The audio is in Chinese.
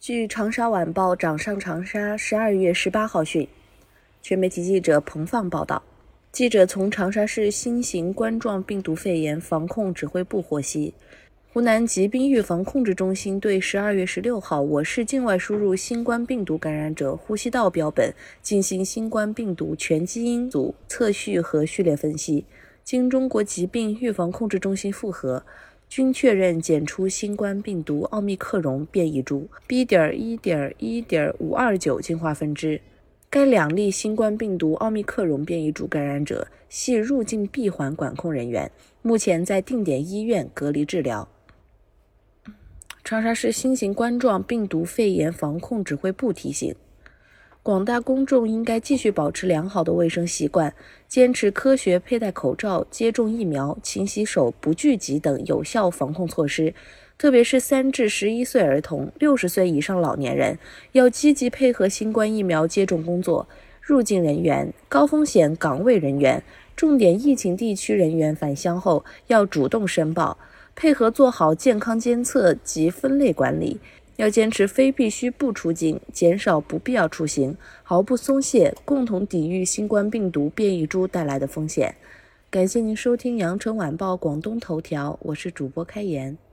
据长沙晚报掌上长沙12月18号讯，全媒体记者彭放报道，记者从长沙市新型冠状病毒肺炎防控指挥部获悉，湖南疾病预防控制中心对12月16号我市境外输入新冠病毒感染者呼吸道标本进行新冠病毒全基因组测序和序列分析，经中国疾病预防控制中心复核，均确认检出新冠病毒奥密克戎变异株 B.1.1.529 进化分支。该2例新冠病毒奥密克戎变异株感染者系入境闭环管控人员，目前在定点医院隔离治疗。长沙市新型冠状病毒肺炎防控指挥部提醒，广大公众应该继续保持良好的卫生习惯，坚持科学佩戴口罩、接种疫苗、勤洗手、不聚集等有效防控措施。特别是3至11岁儿童、60岁以上老年人，要积极配合新冠疫苗接种工作。入境人员、高风险岗位人员、重点疫情地区人员返乡后，要主动申报，配合做好健康监测及分类管理。要坚持非必须不出境，减少不必要出行，毫不松懈，共同抵御新冠病毒变异株带来的风险。感谢您收听羊城晚报广东头条，我是主播开言。